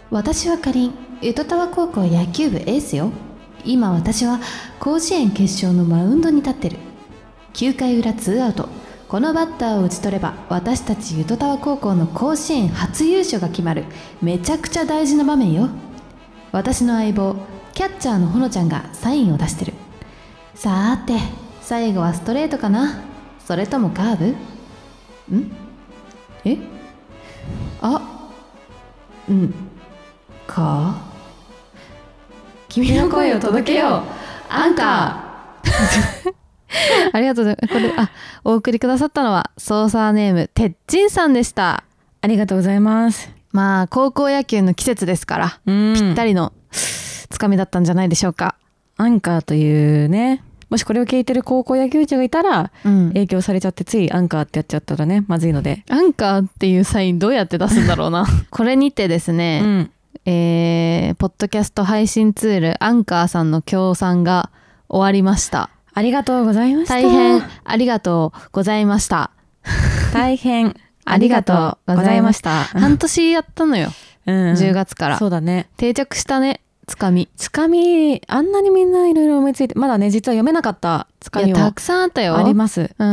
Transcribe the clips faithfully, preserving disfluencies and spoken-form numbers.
私はかりん、ゆとたわ高校野球部エースよ。今私は甲子園決勝のマウンドに立ってる。きゅうかい裏ツーアウト、このバッターを打ち取れば私たちゆとたわ高校の甲子園初優勝が決まるめちゃくちゃ大事な場面よ。私の相棒キャッチャーのほのちゃんがサインを出してる。さーて最後はストレートかな、それともカーブ？ん？え？あ、うんか？君の声を届けよう、アンカーありがとうございます。これあお送りくださったのはソーサーネームてっちんさんでした。 ありがとうございます。 まあ高校野球の季節ですから、うん、ぴったりのつかみだったんじゃないでしょうか。 アンカーというね、もしこれを聞いてる高校野球児がいたら、うん、影響されちゃってついアンカーってやっちゃったらねまずいので、 アンカーっていうサインどうやって出すんだろうなこれにてですね、うん、えー、ポッドキャスト配信ツールアンカーさんの協賛が終わりました。 ありがとうございました。 大変ありがとうございました大変ありがとうございました。 半年やったのよ、うん、じゅうがつから。 そうだね、 定着したね。つかみつかみあんなにみんないろいろ思いついて、まだね実は読めなかったつかみはたくさんあったよ。 あります、 うん、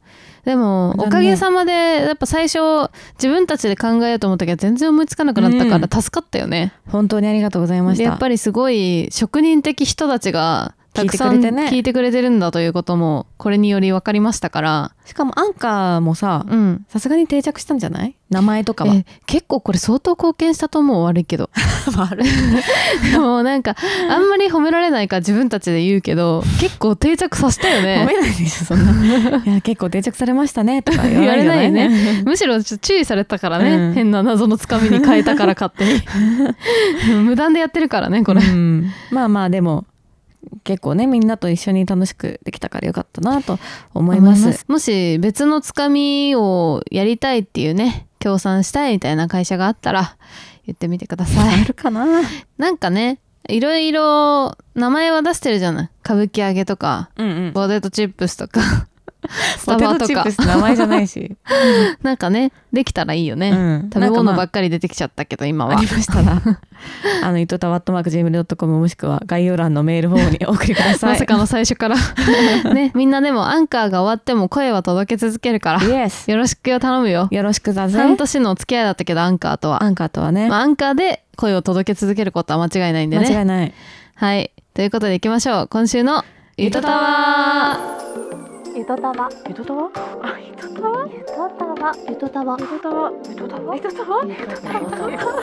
でもおかげさまでやっぱ最初自分たちで考えようと思ったけど全然思いつかなくなったから助かったよね、 うん、本当にありがとうございました。 やっぱりすごい職人的人たちがたくさん聞いてくれてるんだということもこれにより分かりましたから。 しかもアンカーもささすがに定着したんじゃない？名前とかは。 え結構これ相当貢献したと思う。悪いけど悪いでもなんかあんまり褒められないから自分たちで言うけど結構定着させたよね。 褒めないでしょそんないや結構定着されましたねとか言わないじゃない言われないねむしろちょっと注意されたからね、うん、変な謎のつかみに変えたから勝手に無断でやってるからねこれ、うん、 まあまあでも結構ねみんなと一緒に楽しくできたからよかったなと思います。 思います。もし別のつかみをやりたいっていうね、協賛したいみたいな会社があったら言ってみてください。 あるかな。 なんかねいろいろ名前は出してるじゃない。歌舞伎揚げとか、うんうん、ポテトチップスとかスタバとか。ポテトチップス名前じゃないしなんかねできたらいいよね、うん、食べ物ばっかり出てきちゃったけど今はありましたらあのゆとたわ アットマークジーメールドットコム もしくは概要欄のメールフォームにお送りくださいまさかの最初からね、みんなでもアンカーが終わっても声は届け続けるから、yes. よろしくよ頼むよ。 よろしくだぜ。 半年のお付き合いだったけどアンカーとはアンカーとはね、 まあ、アンカーで声を届け続けることは間違いないんでね。 間違いない。 はいということでいきましょう。今週のゆとたわゆとたわゆとたわあゆとたわゆとたわゆとたわゆとたわゆとたわゆとたわゆとたわ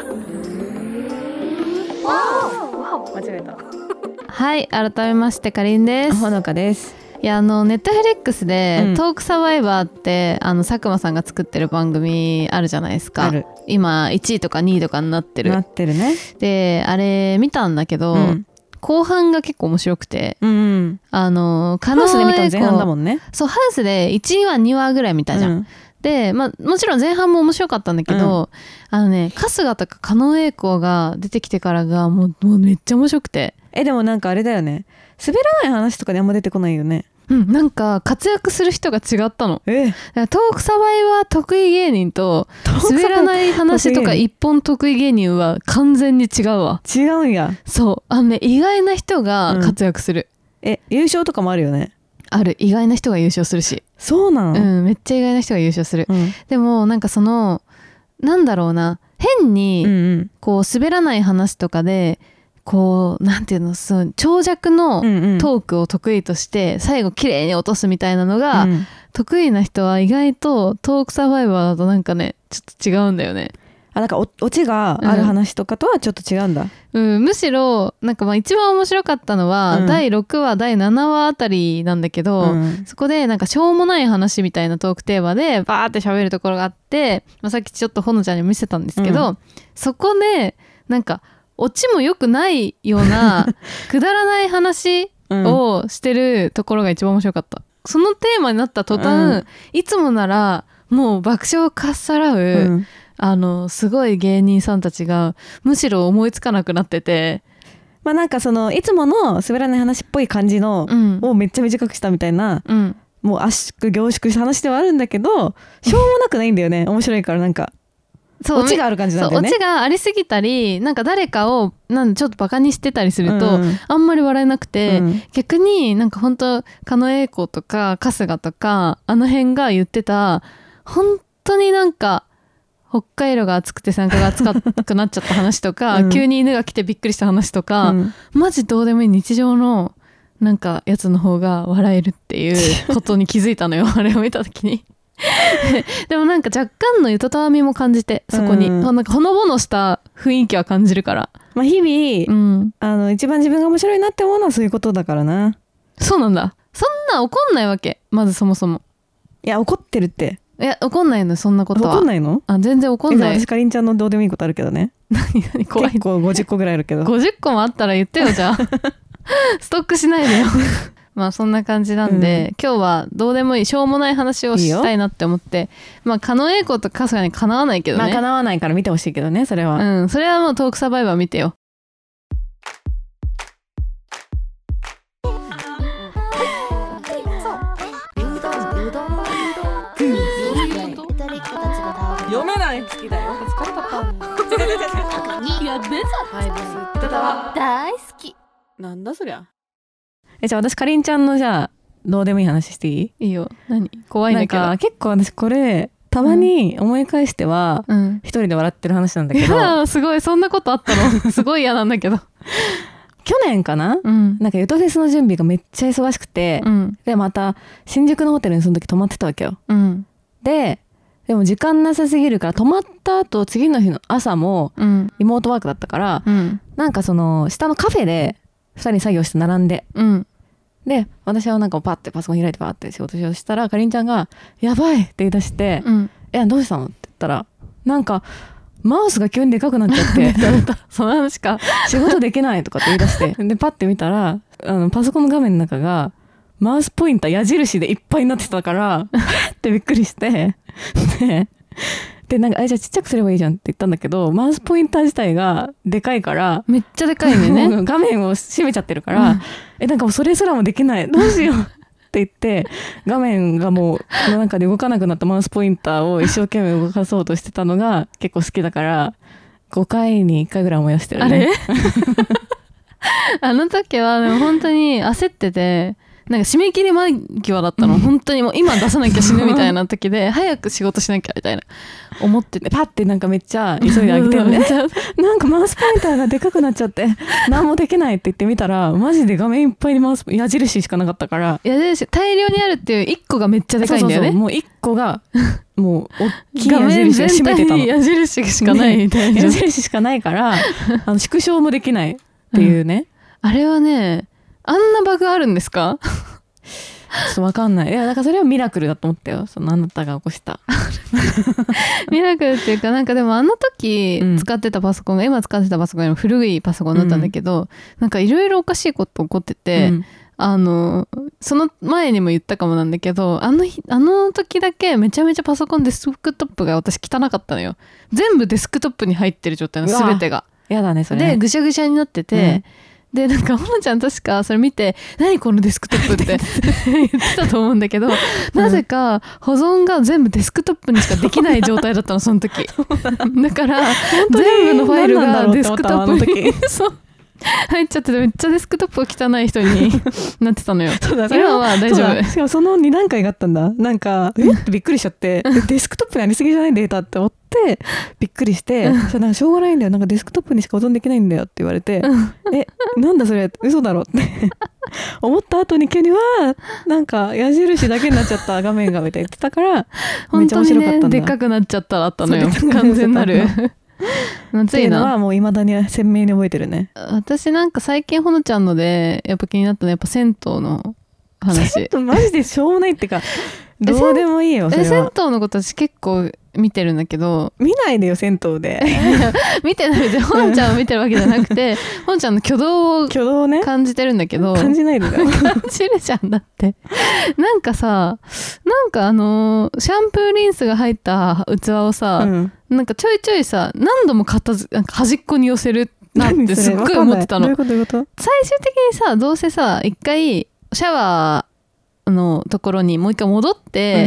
間違えた。 はい改めましてかりんです。 ほのかです。 いやあのネットフリックスで、うん、トークサバイバーってあの佐久間さんが作ってる番組あるじゃないですか。 ある。 今いちいとかにいとかになってるなってるね。 であれ見たんだけど、うん後半が結構面白くて、うんうん、あのハウスで見たの前半だもんね。 そうハウスでいちわにわぐらい見たじゃん、うん、で、まあ、もちろん前半も面白かったんだけど、うん、あのね春日とか狩野英孝が出てきてからがもう、もうめっちゃ面白くて。 えでもなんかあれだよね、滑らない話とかであんま出てこないよね。 うん、なんか活躍する人が違ったの。えトークサバイバー得意芸人と滑らない話とか一本得意芸人は完全に違うわ。 違うんや。 そうあのね意外な人が活躍する、 うん、え優勝とかもあるよね。 ある。意外な人が優勝するし。 そうなの、 うん、めっちゃ意外な人が優勝する、うん、でもなんかそのなんだろうな変にこう滑らない話とかでこうなんていうのそう長尺のトークを得意として最後綺麗に落とすみたいなのが、うん、得意な人は意外とトークサバイバーだとなんかねちょっと違うんだよね。 あなんかオチがある話とかとはちょっと違うんだ、 うんうん、むしろなんかまあ一番面白かったのは、うん、だいろくわだいななわあたりなんだけど、うん、そこでなんかしょうもない話みたいなトークテーマでバーって喋るところがあって、まあ、さっきちょっとほのちゃんにも見せたんですけど、うん、そこでなんかオチも良くないようなくだらない話をしてるところが一番面白かった、うん、そのテーマになった途端、うん、いつもならもう爆笑をかっさらう、うん、あのすごい芸人さんたちがむしろ思いつかなくなってて、 まあなんかそのいつもの滑らない話っぽい感じの、うん、をめっちゃ短くしたみたいな、うん、もう圧縮凝縮した話ではあるんだけどしょうもなくないんだよね面白いからなんかそうオチがある感じなんだよね。 そうオチがありすぎたりなんか誰かをなんちょっとバカにしてたりすると、 うん、 あんまり笑えなくて、うん、逆になんか本当狩野英孝とか春日とかあの辺が言ってた本当になんか北海道が暑くて背中が熱くなっちゃった話とか、うん、急に犬が来てびっくりした話とか、うん、マジどうでもいい日常のなんかやつの方が笑えるっていうことに気づいたのよあれを見た時にでもなんか若干のゆとたわみも感じてそこに、うん、なんかほのぼのした雰囲気は感じるから、 まあ、日々、うん、あの一番自分が面白いなって思うのはそういうことだからな。 そうなんだ。そんな怒んないわけまずそもそも。 いや怒ってるって。 いや怒んないのそんなことは。 怒んないの？ あ全然怒んない。 私かりんちゃんのどうでもいいことあるけどね。 何何怖い。 結構ごじゅっこぐらいあるけど。 ごじゅっこもあったら言ってよじゃあストックしないでよまあそんな感じなんで、うん、今日はどうでもいいしょうもない話をしたいなって思って、いいまあ狩野英孝と春日にかなわないけどね。 まあかなわないから見てほしいけどねそれは。 うんそれはもうトークサバイバー見てよ。 読めない好きだよ。疲れたかやべさ大好き。 なんだそりゃ。えじゃあ私かりんちゃんのじゃあどうでもいい話していい？ いいよ。何？怖いんだけど。 なんか結構私これたまに思い返しては、うん、一人で笑ってる話なんだけど。いやすごいそんなことあったの？すごい嫌なんだけど。 去年かな、うん、なんかゆとフェスの準備がめっちゃ忙しくて、うん、でまた新宿のホテルにその時泊まってたわけよ。うん、ででも時間なさすぎるから泊まった後次の日の朝もリモートワークだったから、うん、なんかその下のカフェでふたり作業して並んで、うん、で私はなんかパッてパソコン開いてパッて仕事しようとしたらかりんちゃんがやばいって言い出して、うん、えどうしたのって言ったらなんかマウスが急にでかくなっちゃってその話か仕事できないとかって言い出してでパッて見たらあのパソコンの画面の中がマウスポインター矢印でいっぱいになってたからってびっくりしてで, でなんかえじゃあちっちゃくすればいいじゃんって言ったんだけどマウスポインター自体がでかいからめっちゃでかいね画面を閉めちゃってるから、うん、えなんかもうそれすらもできないどうしようって言って画面がもうこの中で動かなくなったマウスポインターを一生懸命動かそうとしてたのが結構好きだからごかいにいっかいぐらい思い出してるね。 あれあの時はでも本当に焦っててなんか締め切り間際だったの、うん、本当にもう今出さなきゃ死ぬみたいな時で早く仕事しなきゃみたいな思っててパッてなんかめっちゃ急いであげてるねなんかマウスポインターがでかくなっちゃって何もできないって言ってみたらマジで画面いっぱいにマウス矢印しかなかったから矢印大量にあるっていういっこがめっちゃでかいんだよね。 そうそうそうもういっこがもう大きい矢印が占めてたの。 矢印しかないみたいな、 ね、矢印しかないからあの縮小もできないっていうね、 うん、あれはねあんなバグあるんですか？ ちょっと分かんない。いやだからそれはミラクルだと思ったよそのあなたが起こしたミラクルっていうかなんかでもあの時使ってたパソコンが、うん、今使ってたパソコンよりも古いパソコンだったんだけど、うん、なんかいろいろおかしいこと起こってて、うん、あのその前にも言ったかもなんだけどあの日あの時だけめちゃめちゃパソコンデスクトップが私汚かったのよ。全部デスクトップに入ってる状態の全てがやだねそれ。 でぐしゃぐしゃになってて、うんでなんかほのちゃん確かそれ見て何このデスクトップって言ってたと思うんだけど、うん、なぜか保存が全部デスクトップにしかできない状態だったのその時だから全部のファイルがデスクトップにそう入っちゃっててめっちゃデスクトップが汚い人になってたのよ。そうだ今は大丈夫。 しかもそのに段階があったんだ。なんかえってびっくりしちゃってデスクトップにありすぎじゃないデータって思ってびっくりしてなんかしょうがないんだよなんかデスクトップにしか保存できないんだよって言われてえなんだそれ嘘だろって思った後に急にはなんか矢印だけになっちゃった画面がみたいな言ってたからめっちゃ面白かったんだ。 本当にねでっかくなっちゃったらあったのよ完全なるっていうのはもう未だに鮮明に覚えてるね。 私なんか最近ほのちゃんのでやっぱ気になったのやっぱ銭湯の話。 銭湯マジでしょうもないってかどうでもいいよそれは。 銭湯のこと私結構見てるんだけど見ないでよ銭湯で見てないでほのちゃんを見てるわけじゃなくてほのちゃんの挙動を挙動ね感じてるんだけど感じないでだよ感じるじゃんだってなんかさなんかあのシャンプーリンスが入った器をさ、うん、なんかちょいちょいさ何度も片ずなんか端っこに寄せるなってすっごい思ってたの。 どういうことどういうこと？ 最終的にさどうせさ一回シャワーのところにもう一回戻って、うん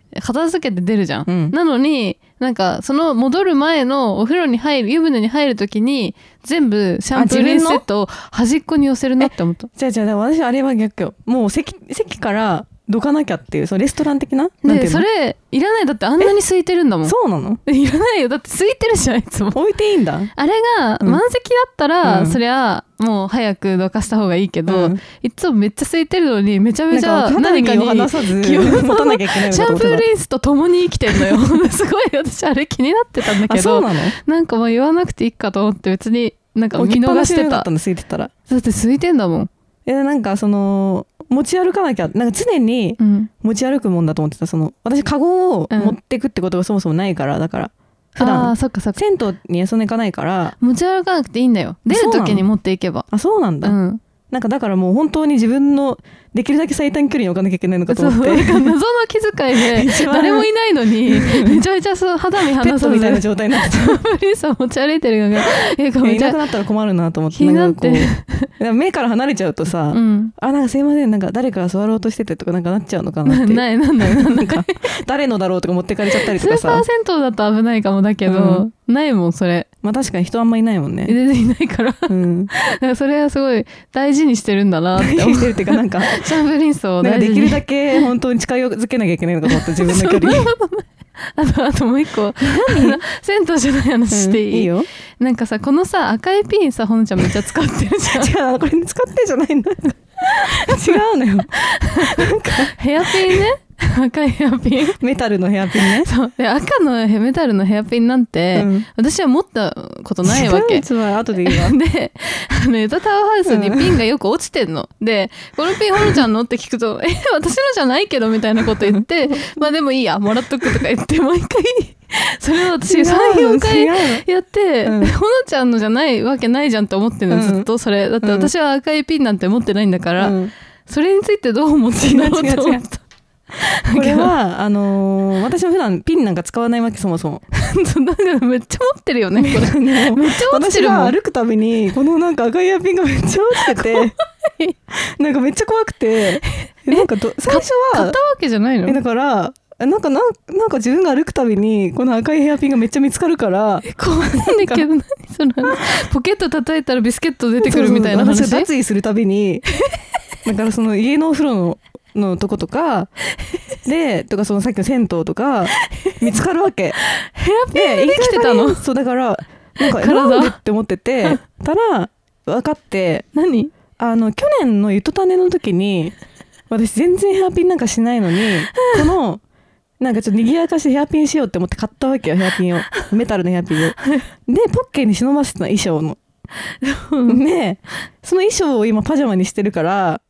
片付けて出るじゃん、 うん、 なのになんかその戻る前のお風呂に入る湯船に入る時に全部シャンプーリンスセットを端っこに寄せるなって思った。 じゃあじゃあ私あれは逆よ。もう 席, 席からどかなきゃっていう、そのレストラン的ななんていうの。 でそれいらない。だってあんなに空いてるんだもん。 そうなの？ いらないよ。だって空いてるじゃんいつも。 置いていいんだ。 あれが満席だったら、 うん、 そりゃもう早くどかした方がいいけど、うん、いつもめっちゃ空いてるのにめちゃめちゃ何かに離さず持たなきゃいけないシャンプーリンスと共に生きてんのよすごい私あれ気になってたんだけど、 そうなの？ なんかもう言わなくていいかと思って別になんか見逃してた。 空いてたら。 だって空いてんだもん。 えなんかその持ち歩かなきゃ、なんか常に持ち歩くもんだと思ってた。その私カゴを持ってくってことがそもそもないから、だから普段銭湯にそんな行かないから持ち歩かなくていいんだよ。出る時に持っていけば。 あ、そうなんだ、うん、なんかだからもう本当に自分のできるだけ最短距離に置かなきゃいけないのかと思って、 謎の気遣いで誰もいないのにめちゃめちゃそう肌身離さずペットみたいな状態になってたプリンスは持ち歩いてるのがえめちゃいなくなったら困るなと思って、 気になって目から離れちゃうとさ、うん、あなんかすいませんなんか誰かが座ろうとしててとかなんかなっちゃうのかなってないなんだよなんか誰のだろうとか持ってかれちゃったりとかさ、 スーパー銭湯だと危ないかもだけど、うん、ないもんそれ。 まあ確かに人あんまいないもんね。 全然いないから、うん、だからそれはすごい大事にしてるんだなって思ってるっていうかなんかシャンプーリンスを大事にできるだけ本当に近づけなきゃいけないのかと思って自分の距離あとあともう一個銭湯じゃない話していい？ うん、いいよ。 なんかさこのさ赤いピンさほのちゃんめっちゃ使ってるじゃん違うこれ使ってじゃないんだ違うのよなんかヘアピンね赤いヘアピンメタルのヘアピンね。 そうで赤のメタルのヘアピンなんて、うん、私は持ったことないわけ。 違うは後でいいわであのユタタワーハウスにピンがよく落ちてんの、うん、でこのピンほのちゃんのって聞くとえ私のじゃないけどみたいなこと言ってまあでもいいやもらっとくとか言って毎回それを私 さん,よん 回やって、うん、ほのちゃんのじゃないわけないじゃんって思ってるの、うん、ずっとそれだって私は赤いピンなんて持ってないんだから、うん、それについてどう思ってんだろうって思った。 これはあのー、私も普段ピンなんか使わないわけそもそもなんかめっちゃ持ってるよねこれめっちゃ落ちてるもん。 私が歩くたびにこのなんか赤いヘアピンがめっちゃ落ちててなんかめっちゃ怖くてなんかど最初は買ったわけじゃないの？ えだからなんかなんなんか自分が歩くたびにこの赤いヘアピンがめっちゃ見つかるから怖いんだけど何そのポケット叩いたらビスケット出てくるみたいな話。 私が脱衣するたびにだからその家のお風呂ののとことかでとかそのさっきの銭湯とか見つかるわけ。 ヘアピンでできてたの？ そうだからなんかなんでって思っててたら分かって、 何あの去年のゆとたねの時に私全然ヘアピンなんかしないのにこのなんかちょっと賑やかしヘアピンしようって思って買ったわけよヘアピンをメタルのヘアピンをでポッケに忍ばせてた衣装のでその衣装を今パジャマにしてるから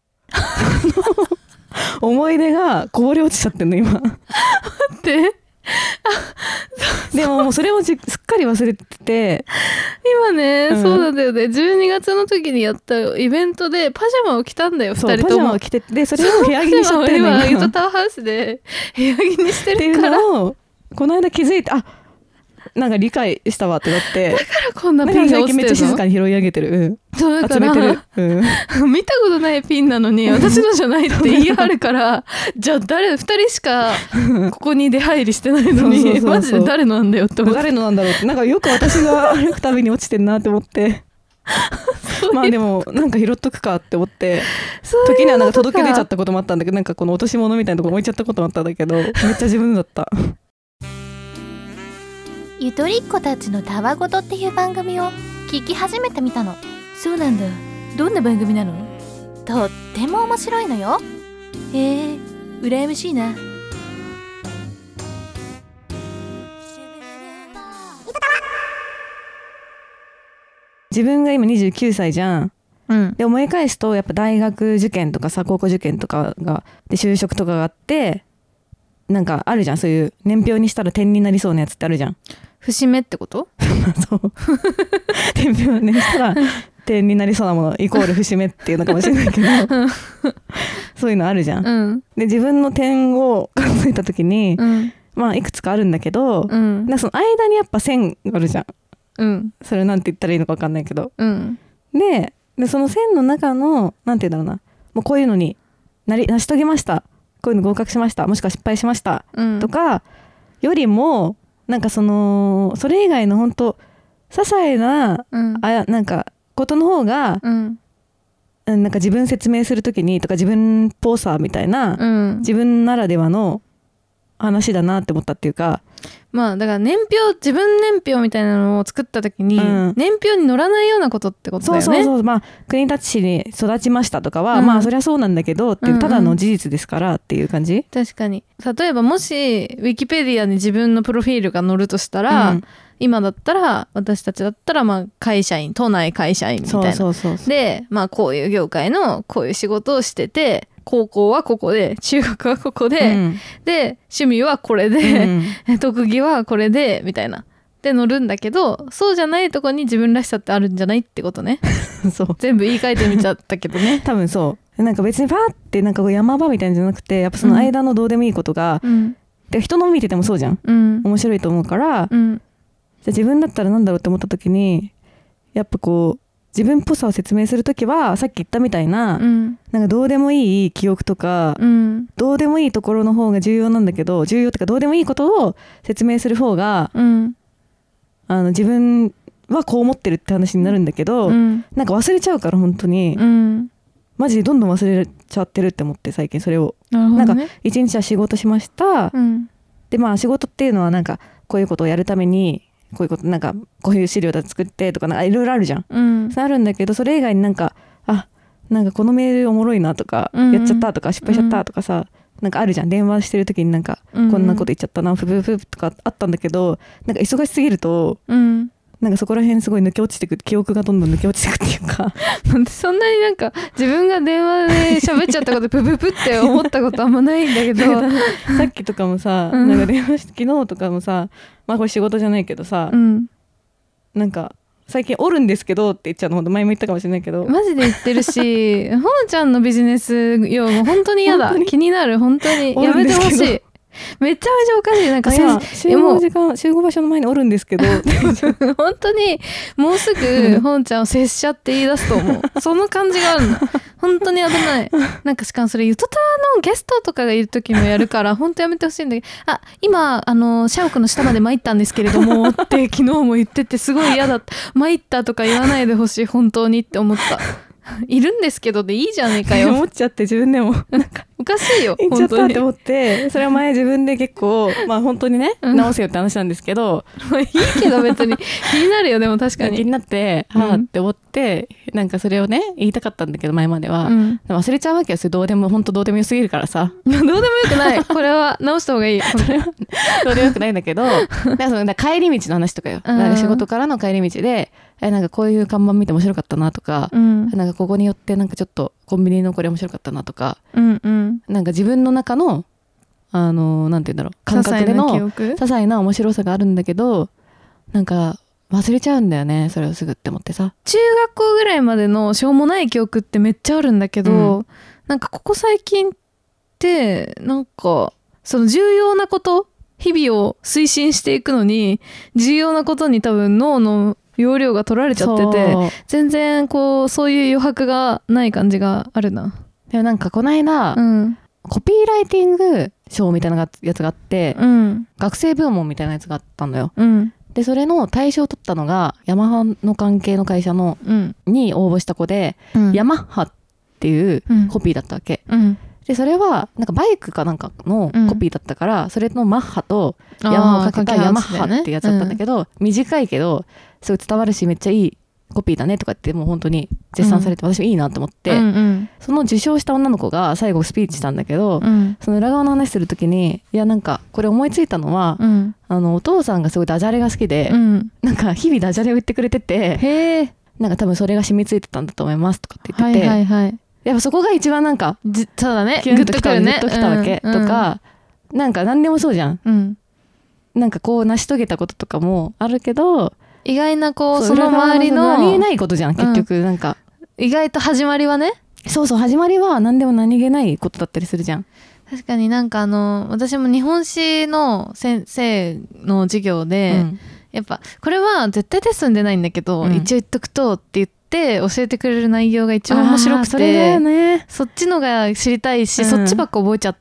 思い出がこぼれ落ちちゃってんの今。待ってでももうそれをすっかり忘れてて今ね、うん、そうなんだよね。じゅうにがつの時にやったイベントでパジャマを着たんだよふたりとも。 パジャマを着てでそれを部屋着にしちゃってるの今ユタタワーハウスで部屋着にしてるからっていうのをこの間気づいてあなんか理解したわってなってだからこんなピンが落ちてるの。 めっちゃ静かに拾い上げてる、うん、 そうだから集めてる、 うん、見たことないピンなのに私のじゃないって言い張るからじゃあ誰ふたりしかここに出入りしてないのにそうそうそうそうマジで誰のなんだよって思って誰のなんだろうってなんかよく私が歩くたびに落ちてんなって思ってまあでもなんか拾っとくかって思って時にはなんか届け出ちゃったこともあったんだけどなんかこの落とし物みたいなとこ置いちゃったこともあったんだけどめっちゃ自分だった。 ゆとりっ子たちのたわごとっていう番組を聞き始めてみたの。そうなんだ。どんな番組なの？とっても面白いのよ。へえ、羨ましいな。 自分が今にじゅうきゅうさいじゃん、うん、で思い返すとやっぱ大学受験とかさ高校受験とかがで就職とかがあってなんかあるじゃんそういう年表にしたら点になりそうなやつってあるじゃん。 節目ってことそう年表にしたら点になりそうなものイコール節目っていうのかもしれないけどそういうのあるじゃん、うん、で自分の点を数えた時に、うん、まあいくつかあるんだけど、うん、その間にやっぱ線があるじゃん、うん、それなんて言ったらいいのか分かんないけど、うん、で, でその線の中のなんて言うんだろうなもうこういうのになり成し遂げましたこういうの合格しましたもしくは失敗しました、 うん、 とかよりもなんかそのそれ以外の本当些細な、うん、あなんかことの方が、うん、なんか自分説明するときにとか自分っぽさみたいな、うん、自分ならではの話だなって思ったっていうか、 まあだから年表自分年表みたいなのを作った時に、うん、年表に載らないようなことってことだよね。 そうそうそう、まあ国立市に育ちましたとかは、うん、まあそりゃそうなんだけどっていうただの事実ですからっていう感じ、うんうん、 確かに例えばもしウィキペディアに自分のプロフィールが載るとしたら、うん、今だったら私たちだったらまあ会社員都内会社員みたいなそうそうそうそうで、まあこういう業界のこういう仕事をしてて高校はここで中学はここで、うん、で趣味はこれで、うん、特技はこれでみたいなで乗るんだけどそうじゃないとこに自分らしさってあるんじゃないってことねそう全部言い換えてみちゃったけどね多分そうなんか別にパーってなんかこう山場みたいなんじゃなくてやっぱその間のどうでもいいことが、うん、で人の見ててもそうじゃん、うん、面白いと思うから、うん、じゃあ自分だったらなんだろうって思った時にやっぱこう自分っぽさを説明するときはさっき言ったみたいな、うん、なんかどうでもいい記憶とか、うん、どうでもいいところの方が重要なんだけど重要っていうかどうでもいいことを説明する方が、うん、あの自分はこう思ってるって話になるんだけど、うん、なんか忘れちゃうから本当に、うん、マジでどんどん忘れちゃってるって思って最近それをな、ね、なんか一日は仕事しました、うん、でまあ仕事っていうのはなんかこういうことをやるためにこういうことなんかこういう資料だ作ってとかいろいろあるじゃん、うん、あるんだけどそれ以外になんかあなんかこのメールおもろいなとか、うん、やっちゃったとか失敗しちゃったとかさ、うん、なんかあるじゃん電話してる時になんか、うん、こんなこと言っちゃったなふふふとかあったんだけどなんか忙しすぎると、うん、なんかそこら辺すごい抜け落ちてく記憶がどんどん抜け落ちてくっていうかそんなになんか自分が電話で喋っちゃったことプププって思ったことあんまないんだけどさっきとかもさ、うん、なんか電話して昨日とかもさまあこれ仕事じゃないけどさ、うん、なんか最近おるんですけどって言っちゃうのほんと前も言ったかもしれないけどマジで言ってるしほのちゃんのビジネス用語本当に嫌だ気になる本当にやめてほしいめちゃめちゃおかしいなんかさ集合時間集合場所の前におるんですけど本当にもうすぐほんちゃんを拙者って言い出すと思うその感じがあるの本当に危ないなんかしかもそれゆとたわのゲストとかがいる時もやるから本当やめてほしいんだけどあ今あの社屋の下まで参ったんですけれどもって昨日も言っててすごい嫌だった参ったとか言わないでほしい本当にって思ったいるんですけどでいいじゃねえかよ思っちゃって自分でもなんかおかしいよ言っちゃったって思ってそれは前自分で結構まあ本当にね、うん、直せよって話なんですけどいいけど別に気になるよでも確かに気になってはあって思ってなんかそれをね言いたかったんだけど前までは、うん、忘れちゃうわけですよどうでも本当どうでもよすぎるからさどうでもよくないこれは直した方がいいそれはどうでもよくないんだけどなんかその帰り道の話とかよ、うん、なんか仕事からの帰り道でえなんかこういう看板見て面白かったなとか、うん、なんかここによってなんかちょっとコンビニのこれ面白かったなとか、うんうん、なんか自分の中のあのなんて言うんだろう感覚での些細な面白さがあるんだけどなんか忘れちゃうんだよねそれをすぐって思ってさ中学校ぐらいまでのしょうもない記憶ってめっちゃあるんだけど、うん、なんかここ最近ってなんかその重要なこと日々を推進していくのに重要なことに多分脳の容量が取られちゃってて全然こうそういう余白がない感じがあるな。 でもなんかこの間、うん、コピーライティング賞みたいなやつがあって、うん、学生部門みたいなやつがあったのよ、うん、でそれの大賞を取ったのがヤマハの関係の会社の、うん、に応募した子で、うん、ヤマハっていうコピーだったわけ、うん、でそれはなんかバイクかなんかのコピーだったから、うん、それのマッハとヤマハをかけたヤマハってやつだったんだけど、うん、短いけどすごい伝わるしめっちゃいいコピーだねとかってもう本当に絶賛されて、うん、私もいいなと思って、うんうん、その受賞した女の子が最後スピーチしたんだけど、うん、その裏側の話するときにいやなんかこれ思いついたのは、うん、あのお父さんがすごいダジャレが好きで、うん、なんか日々ダジャレを言ってくれててへーなんか多分それが染みついてたんだと思いますとかって言ってて、はいはいはい、やっぱそこが一番なんかそうだねグッときたグッときたわけ、うん、とか、うん、なんか何でもそうじゃん、うん、なんかこう成し遂げたこととかもあるけど意外なこう そ, その周りの何気ないことじゃん結局、うん、なんか意外と始まりはねそうそう始まりは何でも何気ないことだったりするじゃん。 確かになんかあの私も日本史の先生の授業で、うん、やっぱこれは絶対テストに出ないんだけど、うん、一応言っとくとって言っって教えてくれる内容が一番面白くて、 それだよね、 そっちのが知りたいし、 うん、 そっちばっか覚えちゃって、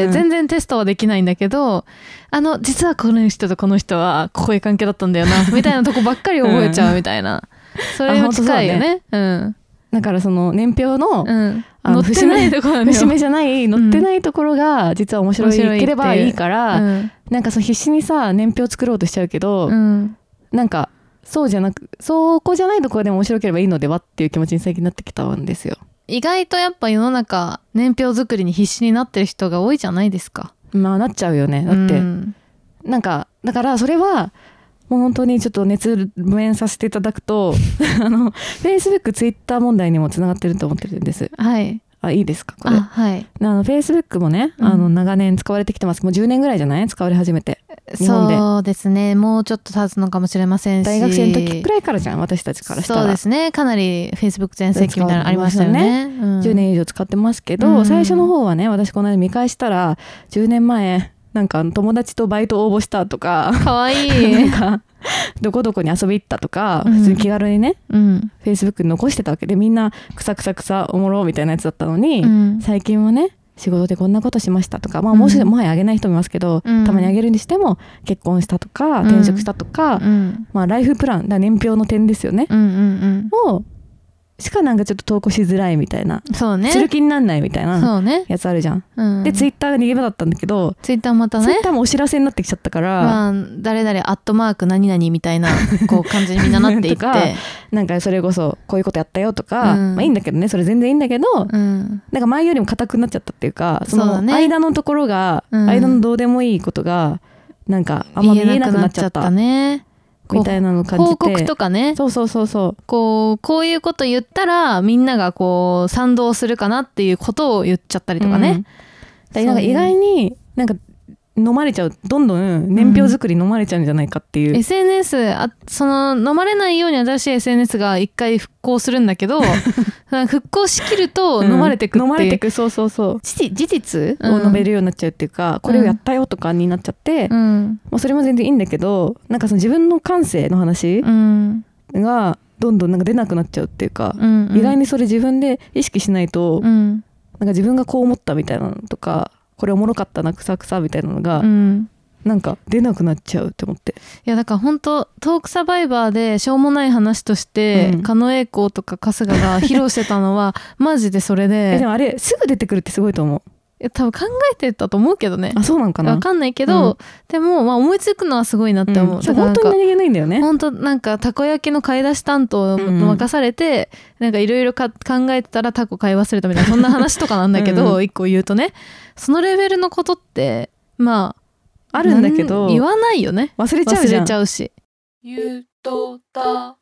うん、 全然テストはできないんだけど、あの実はこの人とこの人はこういう関係だったんだよなみたいなとこばっかり覚えちゃうみたいな、うん、それに近いよね。うん、だからその年表の、 うん、載ってないところ節目じゃない載ってないところが実は面白いければいいから、うん、なんかその必死にさ年表作ろうとしちゃうけど、うん、なんかそうじゃなくそこじゃないところでも面白ければいいのではっていう気持ちに最近なってきたんですよ。 意外とやっぱ世の中年表作りに必死になってる人が多いじゃないですか。 まあなっちゃうよね。だって、うん、なんかだからそれはもう本当にちょっと熱弁させていただくとあの Facebook、Twitter 問題にもつながってると思ってるんです。 はい。 あ、いいですかこれ。あ、 はい。 あの Facebook もね、うん、あの長年使われてきてます。もうじゅうねんぐらいじゃない？使われ始めて。日本で。 そうですね。もうちょっと経つのかもしれませんし。 大学生の時くらいからじゃん、私たちからしたら。 そうですね。かなり Facebook 全盛期みたいなのありましたよね。うん、 じゅうねん以上使ってますけど、うん、最初の方はね、私この間見返したらじゅうねんまえなんか友達とバイト応募したとか、 かわいい。 なんかどこどこに遊び行ったとか、うん、普通に気軽にね、うん、Facebook に残してたわけで、みんなクサクサクサおもろみたいなやつだったのに、うん、最近はね仕事でこんなことしましたとか、まあもしもはやあげない人もいますけど、うん、たまにあげるにしても結婚したとか、うん、転職したとか、うん、まあライフプランだ年表の点ですよね、うんうんうん、をしかなんかちょっと投稿しづらいみたいな、 そうね、 する気になんないみたいなやつあるじゃん、うん、でツイッターが逃げ場だったんだけど、 ツイッターまたね、 ツイッターもお知らせになってきちゃったから、 まあ、誰々アットマーク何々みたいなこう感じにみんななっていってなんかそれこそこういうことやったよとか、うん、まあいいんだけどね、それ全然いいんだけど、うん、なんか前よりも硬くなっちゃったっていうか、その間のところが、うん、間のどうでもいいことがなんかあんま見えなくなっちゃったねみたいなの感じて、 報告とかね、 そうそうそうそう、 こうこういうこと言ったらみんながこう賛同するかなっていうことを言っちゃったりとかね、うん、 だなんか意外になんか飲まれちゃう、どんどん年表作り飲まれちゃうんじゃないかっていう、うん、 エスエヌエス あその飲まれないように新しい エスエヌエス が一回復興するんだけど復興しきると飲まれてくっていう、うん、飲まれてく、 そうそうそう、事実を述べるようになっちゃうっていうか、うん、これをやったよとかになっちゃって、うん、まあ、それも全然いいんだけど、なんかその自分の感性の話がどんどんなんか出なくなっちゃうっていうか、うんうん、意外にそれ自分で意識しないと、うん、なんか自分がこう思ったみたいなのとか、これおもろかったなクサクサみたいなのが、うん、なんか出なくなっちゃうって思って、 いやだから本当トークサバイバーでしょうもない話として、うん、狩野英孝とか春日が披露してたのはマジでそれでえでもあれすぐ出てくるってすごいと思う。 いや多分考えてたと思うけどね。 あ、そうなんかな、 分かんないけど、うん、でも、まあ、思いつくのはすごいなって思う、うん、 だから本当に何気ないんだよね。 本当なんかたこ焼きの買い出し担当を任されて、うん、なんかいろいろ考えてたらタコ買い忘れたみたいなそんな話とかなんだけど、うん、一個言うとね、そのレベルのことってまああるんだけど言わないよね。 忘れちゃうじゃん。 忘れちゃうし。ゆとた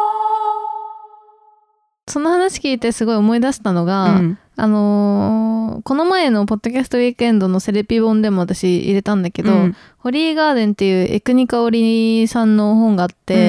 その話聞いてすごい思い出したのが、うん、あのー、この前のポッドキャストウィークエンドのセレピ本でも私入れたんだけど、うん、ホリーガーデンっていう江国香織さんの本があって、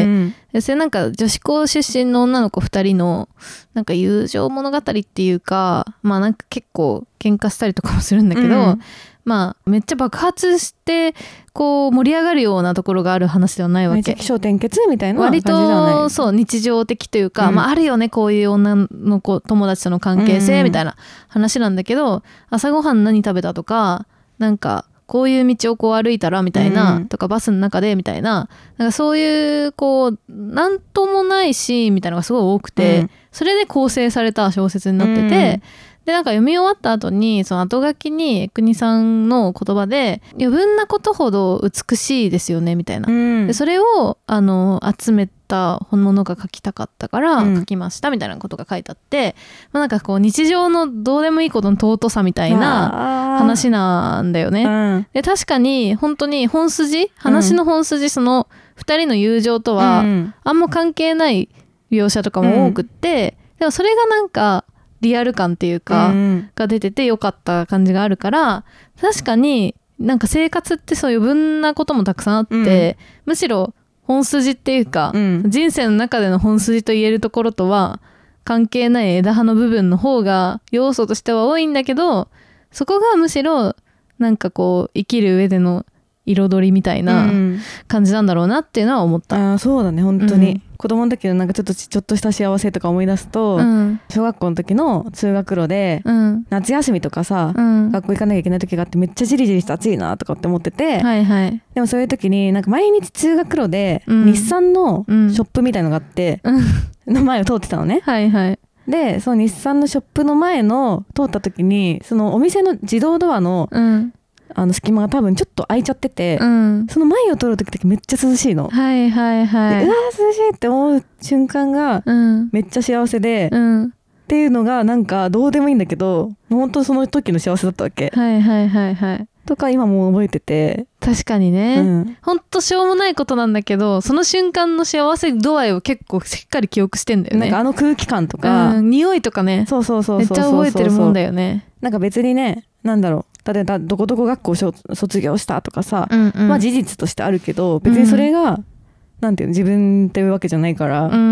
うんうん、それなんか女子校出身の女の子ふたりのなんか友情物語っていうか、まあなんか結構喧嘩したりとかもするんだけど、うん、まあめっちゃ爆発してこう盛り上がるようなところがある話ではないわけ。 起承転結みたいな感じではない。割とそう日常的というか、うん、まああるよねこういう女の子友達との関係性みたいな話なんだけど、うん、朝ごはん何食べたとか、なんかこういう道をこう歩いたらみたいな、うん、とかバスの中でみたいな、なんかそういうこうなんともないシーンみたいなのがすごい多くて、うん、それで構成された小説になってて、うん、でなんか読み終わった後にその後書きに国さんの言葉で余分なことほど美しいですよねみたいな、うん、でそれをあの集めた本物が書きたかったから書きましたみたいなことが書いてあって、うん、まあ、なんかこう日常のどうでもいいことの尊さみたいな話なんだよね、うん、で確かに本当に本筋話の本筋、そのふたりの友情とはあんま関係ない描写とかも多くって、うん、でもそれがなんかリアル感っていうか、うん、が出ててよかった感じがあるから、確かになんか生活ってそういう余分なこともたくさんあって、うん、むしろ本筋っていうか、うん、人生の中での本筋と言えるところとは関係ない枝葉の部分の方が要素としては多いんだけど、そこがむしろなんかこう生きる上での彩りみたいな感じなんだろうなっていうのは思った。 あ、そうだね、本当に、 子供の時のなんかちょっとちょっとした幸せとか思い出すと、うん、小学校の時の通学路で、うん、夏休みとかさ、うん、学校行かなきゃいけない時があってめっちゃジリジリして暑いなとかって思ってて、はいはい、でもそういう時になんか毎日通学路で日産のショップみたいのがあって、うん、の前を通ってたのね、はいはい、でその日産のショップの前の通った時にそのお店の自動ドアの、うんあの隙間が多分ちょっと開いちゃってて、うん、その前を通る時だけめっちゃ涼しいの。はいはいはい。うわー涼しいって思う瞬間がめっちゃ幸せで、うん、っていうのがなんかどうでもいいんだけど、本当その時の幸せだったわけ。はいはいはいはい。とか今も覚えてて。 確かにね。うん、ほんとしょうもないことなんだけど、その瞬間の幸せ度合いを結構しっかり記憶してんだよね。 なんかあの空気感とか、 うん、匂いとかね。 そうそうそうそうそうそう。 めっちゃ覚えてるもんだよね。 なんか別にね、なんだろう。例えばどこどこ学校卒業したとかさ、うんうん、まあ事実としてあるけど別にそれが、うん、なんていうの自分っていうわけじゃないから、 うん、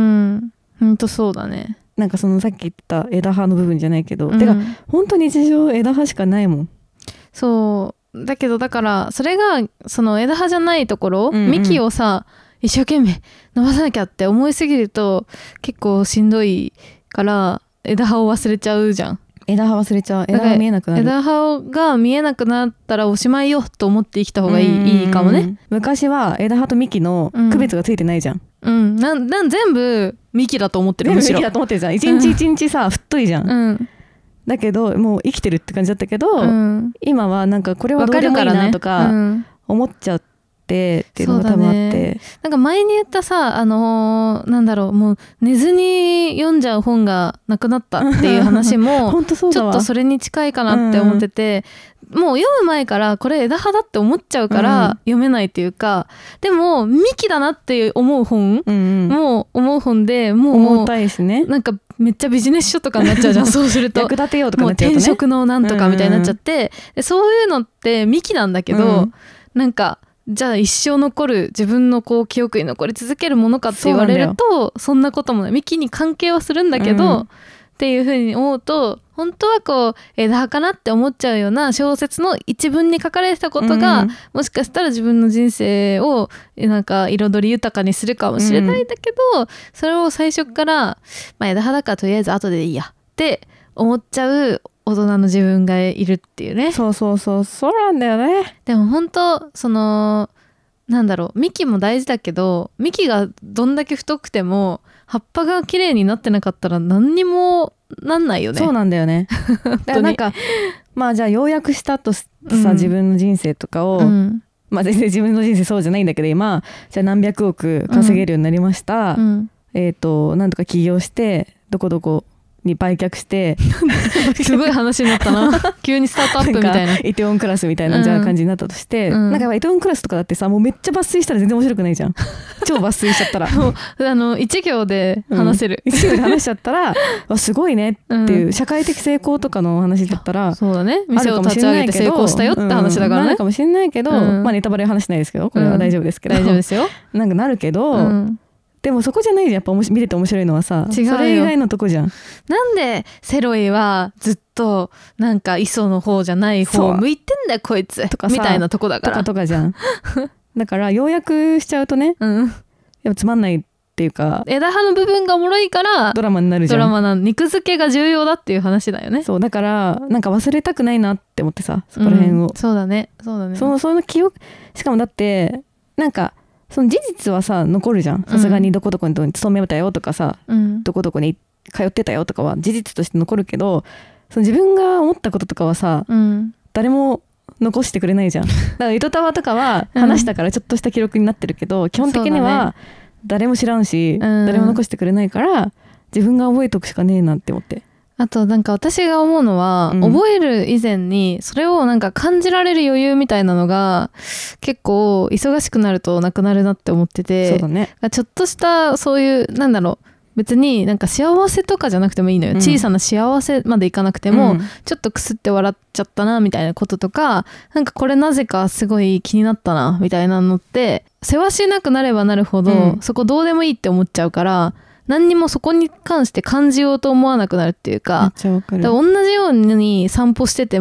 ほんとそうだね。 なんかそのさっき言った枝葉の部分じゃないけど、うん、てかほんと日常枝葉しかないもん。 そうだけどだからそれがその枝葉じゃないところ、うんうん、幹をさ一生懸命伸ばさなきゃって思いすぎると結構しんどいから枝葉を忘れちゃうじゃん。 枝葉忘れちゃう。枝葉見えなくなる。 枝葉が見えなくなったらおしまいよと思って生きた方がいい、いいかもね。 昔は枝葉と幹の区別がついてないじゃん。 うん、なんなん全部幹だと思ってる。 全部幹だと思ってるじゃん。一日一日さ、太いじゃん、うん、だけどもう生きてるって感じだったけど、うん、今はなんかこれはどうでもいいなとか思っちゃってっていうのが多分あって、ね、 なんか前に言ったさ、あのー、なんだろうもう寝ずに読んじゃう本がなくなったっていう話も本当そうだわ。 ちょっとそれに近いかなって思ってて、うん、もう読む前からこれ枝葉だって思っちゃうから読めないっていうか、うん、でも幹だなって思う本、うんうん、もう思う本でもう重たいしね、 なんかめっちゃビジネス書とかになっちゃうじゃんそうすると役立てようとかなっちゃうとね、 もう転職のなんとかみたいになっちゃって、うん、そういうのって幹なんだけど、うん、なんかじゃあ一生残る自分のこう記憶に残り続けるものかって言われると そ, そんなこともない。幹に関係はするんだけど、うん、っていう風に思うと本当はこう枝葉かなって思っちゃうような小説の一文に書かれてたことが、うん、もしかしたら自分の人生をなんか彩り豊かにするかもしれないんだけど、うん、それを最初から、まあ、枝葉だからとりあえず後でいいやって思っちゃう大人の自分がいるっていうね。 そうそうそうそうなんだよね。 でも本当そのなんだろう幹も大事だけど幹がどんだけ太くても葉っぱが綺麗になってなかったら何にもなんないよね。 そうなんだよねだからなんかまあじゃあ要約したとさ、うん、自分の人生とかを、うん、まあ全然自分の人生そうじゃないんだけど今じゃあ何百億稼げるようになりました、うん、えっとなんとか起業してどこどこに売却してすごい話になったな急にスタートアップみたいなイテウォンクラスみたいなじゃあ感じになったとして、うん、なんかイテウォンクラスとかだってさもうめっちゃ抜粋したら全然面白くないじゃん超抜粋しちゃったらもうあの一行で話せる、 うん、一行で話しちゃったらわすごいねっていう、うん、社会的成功とかの話だったらそうだね店を立ち上げて成功したよって話だからね、 うん、なるかもしれないけど、うん、まあネタバレは話しないですけどこれは大丈夫ですけど、 うん、大丈夫ですよなんかなるけど、うんでもそこじゃないじゃんやっぱ見れて面白いのはさ違うよそれ以外のとこじゃん。 なんでセロイはずっとなんか磯の方じゃない方向いてんだよこいつとかみたいなとこだからとかとかじゃんだから要約しちゃうとね、うん、やっぱつまんないっていうか枝葉の部分がおもろいからドラマになるじゃん。 ドラマな肉付けが重要だっていう話だよね。 そうだからなんか忘れたくないなって思ってさそこら辺を、うん、 そうだねそうだねそのその記憶しかもだってなんかその事実はさ残るじゃん。さすがにどこどこに勤めたよとかさ、うん、どこどこに通ってたよとかは事実として残るけどその自分が思ったこととかはさ、うん、誰も残してくれないじゃん。だから糸タワとかは話したからちょっとした記録になってるけど、うん、基本的には誰も知らんし、ね、誰も残してくれないから自分が覚えとくしかねえなって思って。 あとなんか私が思うのは、うん、覚える以前にそれをなんか感じられる余裕みたいなのが結構忙しくなるとなくなるなって思ってて、 そうだね、 ちょっとしたそういうなんだろう別になんか幸せとかじゃなくてもいいのよ、うん、小さな幸せまでいかなくても、うん、ちょっとくすって笑っちゃったなみたいなこととかなんかこれなぜかすごい気になったなみたいなのって世話しなくなればなるほど、うん、そこどうでもいいって思っちゃうから何にもそこに関して感じようと思わなくなるっていうか、 めっちゃわかる。 だから同じように散歩してても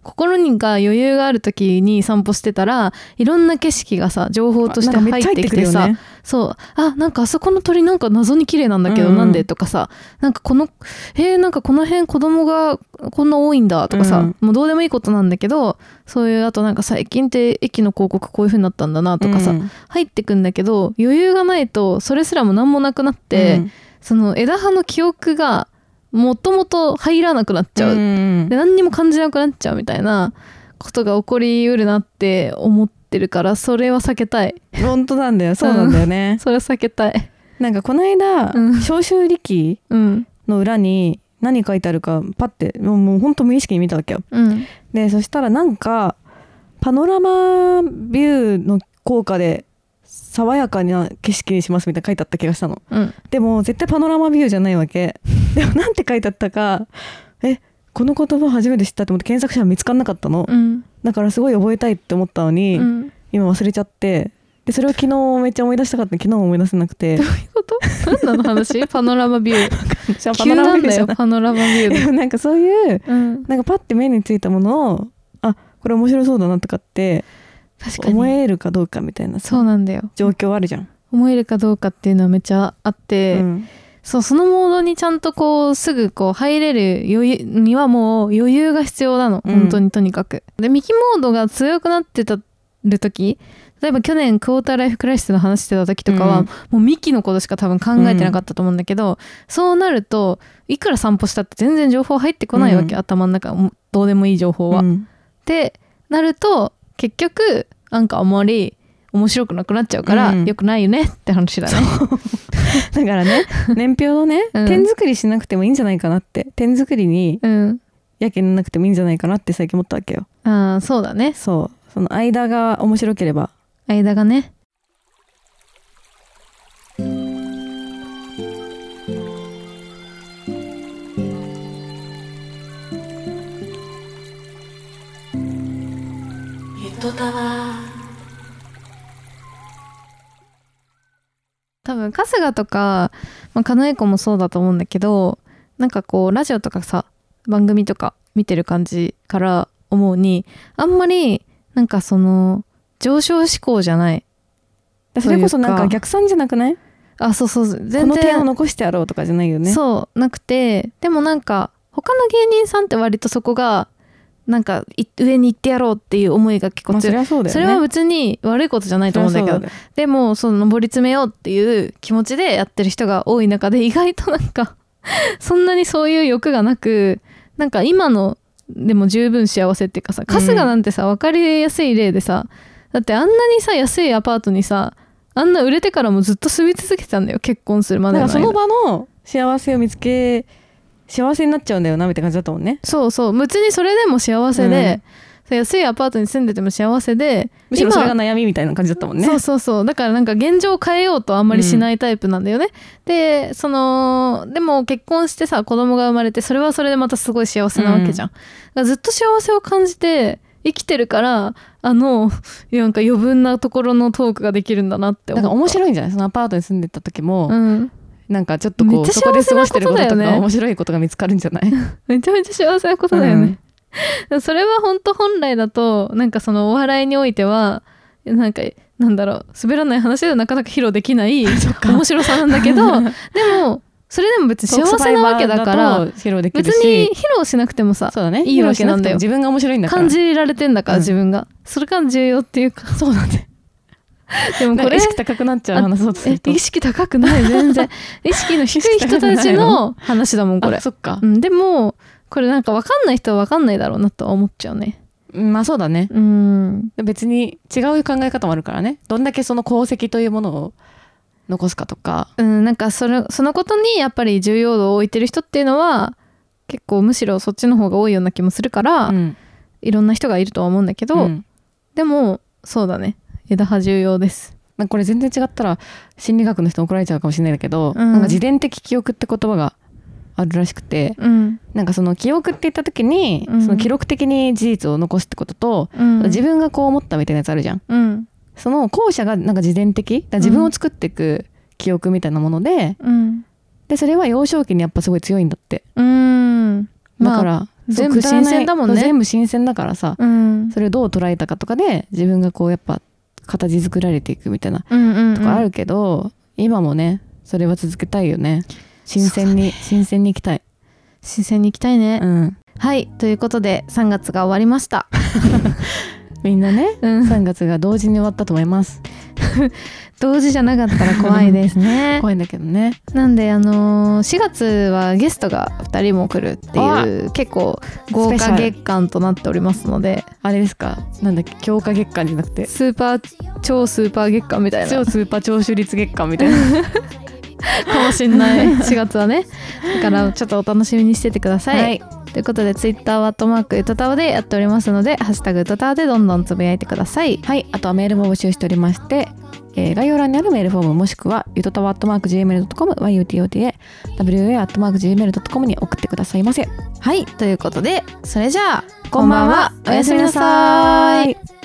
心にが余裕がある時に散歩してたらいろんな景色がさ情報として入ってきてさ、ね、そうあなんかあそこの鳥なんか謎に綺麗なんだけど、うんうん、なんでとかさなんかこのえー、なんかこの辺子供がこんな多いんだとかさ、うん、もうどうでもいいことなんだけどそういうあとなんか最近って駅の広告こういう風になったんだなとかさ、うん、入ってくんだけど余裕がないとそれすらも何もなくなって、うん、その枝葉の記憶がもともと入らなくなっちゃう、うん、で何にも感じなくなっちゃうみたいなことが起こりうるなって思ってるからそれは避けたい。 本当なんだよそうなんだよね、 うん、それは避けたい。 なんかこの間、うん、召集力の裏に何書いてあるかパッてもう、もうほんと無意識に見たわけよ、うん、でそしたらなんかパノラマビューの効果で爽やかな景色にしますみたいな書いてあった気がしたの、うん、でも絶対パノラマビューじゃないわけでもなんて書いてあったかえこの言葉初めて知ったと思って検索したら見つかんなかったの、うん、だからすごい覚えたいって思ったのに、うん、今忘れちゃってでそれを昨日めっちゃ思い出したかった昨日思い出せなくてどういうこと何の話パノラマビュー急なんだよパノラマビューでもなんかそういう、うん、なんかパッて目についたものをあこれ面白そうだなとかって確かに思えるかどうかみたいなそうなんだよ状況あるじゃん。 思えるかどうかっていうのはめっちゃあって、うん、そうそのモードにちゃんとこうすぐこう入れる余裕にはもう余裕が必要なの、うん、本当にとにかく。でミキモードが強くなってたる時例えば去年クォーターライフクライシスの話してた時とかは、うん、もうミキのことしか多分考えてなかったと思うんだけど、うん、そうなるといくら散歩したって全然情報入ってこないわけ、うん、頭の中どうでもいい情報は、うん、でなると結局なんかあんまり面白くなくなっちゃうから、うん、よくないよねって話だねだからね年表のね、うん、点作りしなくてもいいんじゃないかなって点作りにやけなくてもいいんじゃないかなって最近思ったわけよ。 ああそうだね。 そうその間が面白ければ間がねゆとたわ多分春日とか、まあ、狩野英孝もそうだと思うんだけどなんかこうラジオとかさ番組とか見てる感じから思うにあんまりなんかその上昇志向じゃないそれこそなんか逆算じゃなくない？ あそうそう全然この点を残してやろうとかじゃないよね。 そうなくてでもなんか他の芸人さんって割とそこがなんか上に行ってやろうっていう思いが結構強い、まあ、そりゃそうだよね。それは別に悪いことじゃないと思うんだけどでもその上り詰めようっていう気持ちでやってる人が多い中で意外となんかそんなにそういう欲がなくなんか今のでも十分幸せっていうかさ春日なんてさ分かりやすい例でさだってあんなにさ安いアパートにさあんな売れてからもずっと住み続けてたんだよ結婚するまでの間。 だからその場の幸せを見つけ幸せになっちゃうんだよなみたいな感じだったもんね。 そうそう別にそれでも幸せで、うん、安いアパートに住んでても幸せでむしろそれが悩みみたいな感じだったもんね。 そうそうそうだからなんか現状を変えようとあんまりしないタイプなんだよね、うん、でそのでも結婚してさ子供が生まれてそれはそれでまたすごい幸せなわけじゃん、うん、だからずっと幸せを感じて生きてるからあのなんか余分なところのトークができるんだなって思った。 だから面白いんじゃないそのアパートに住んでた時も、うんなんかちょっとこうそこで過ごしてることとか面白いことが見つかるんじゃないめちゃめちゃ幸せなことだよね、うん、それは本当本来だとなんかそのお笑いにおいてはなんかなんだろう滑らない話ではなかなか披露できない面白さなんだけどでもそれでも別に幸せなわけだから別に披露しなくてもさ、ね、いいわけなんだよ。 自分が面白いんだから感じられてんだから、うん、自分がそれが重要っていうかそうなんででもこれ意識高くなっちゃう話そうとすると意識高くない全然意識の低い人たちの話だもんこれ。 そっか、 うん、でもこれなんか分かんない人は分かんないだろうなとは思っちゃうね。 まあそうだね。うん別に違う考え方もあるからね。どんだけその功績というものを残すかとか、 うん、なんかそれそのことにやっぱり重要度を置いてる人っていうのは結構むしろそっちの方が多いような気もするから、うん、いろんな人がいるとは思うんだけど、うん、でもそうだね枝葉重要です。 なんかこれ全然違ったら心理学の人に怒られちゃうかもしれないんだけど、うん、なんか自伝的記憶って言葉があるらしくて、うん、なんかその記憶って言った時に、うん、その記録的に事実を残すってことと、うん、自分がこう思ったみたいなやつあるじゃん、うん、その後者がなんか自伝的だ自分を作っていく記憶みたいなもので、うん、でそれは幼少期にやっぱすごい強いんだって、うん、だから、まあ、 全部新鮮だもんね。 全部新鮮だからさ、うん、それをどう捉えたかとかで自分がこうやっぱ形作られていくみたいなとかあるけど、うんうんうん、今もねそれは続けたいよね。新鮮に新鮮に行きたい。 新鮮に行きたいね、 うん、 はいということでさんがつが終わりましたみんなね、うん、さんがつが同時に終わったと思います同時じゃなかったら怖いですね怖いんだけどね。 なんであのー、しがつはゲストがふたりも来るっていう結構豪華月間となっておりますので、 あれですか、なんだっけ、強化月間じゃなくてスーパー超スーパー月間みたいな、 超スーパー聴取率月間みたいなかもしんないしがつはね。だからちょっとお楽しみにしててください、はい、ということでツイッターはアットマークゆとたわでやっておりますので、ハッシュタグゆとたわでどんどんつぶやいてください。 はい、あとはメールも募集しておりまして、えー、概要欄にあるメールフォームもしくはゆとたわアットマーク ジーエムエルドットコム ワイユーティーオーティーエーダブリューエーアットマーク ジーエムエルドットコム に送ってくださいませ。 はい、ということでそれじゃあこんばんは、おやすみなさい。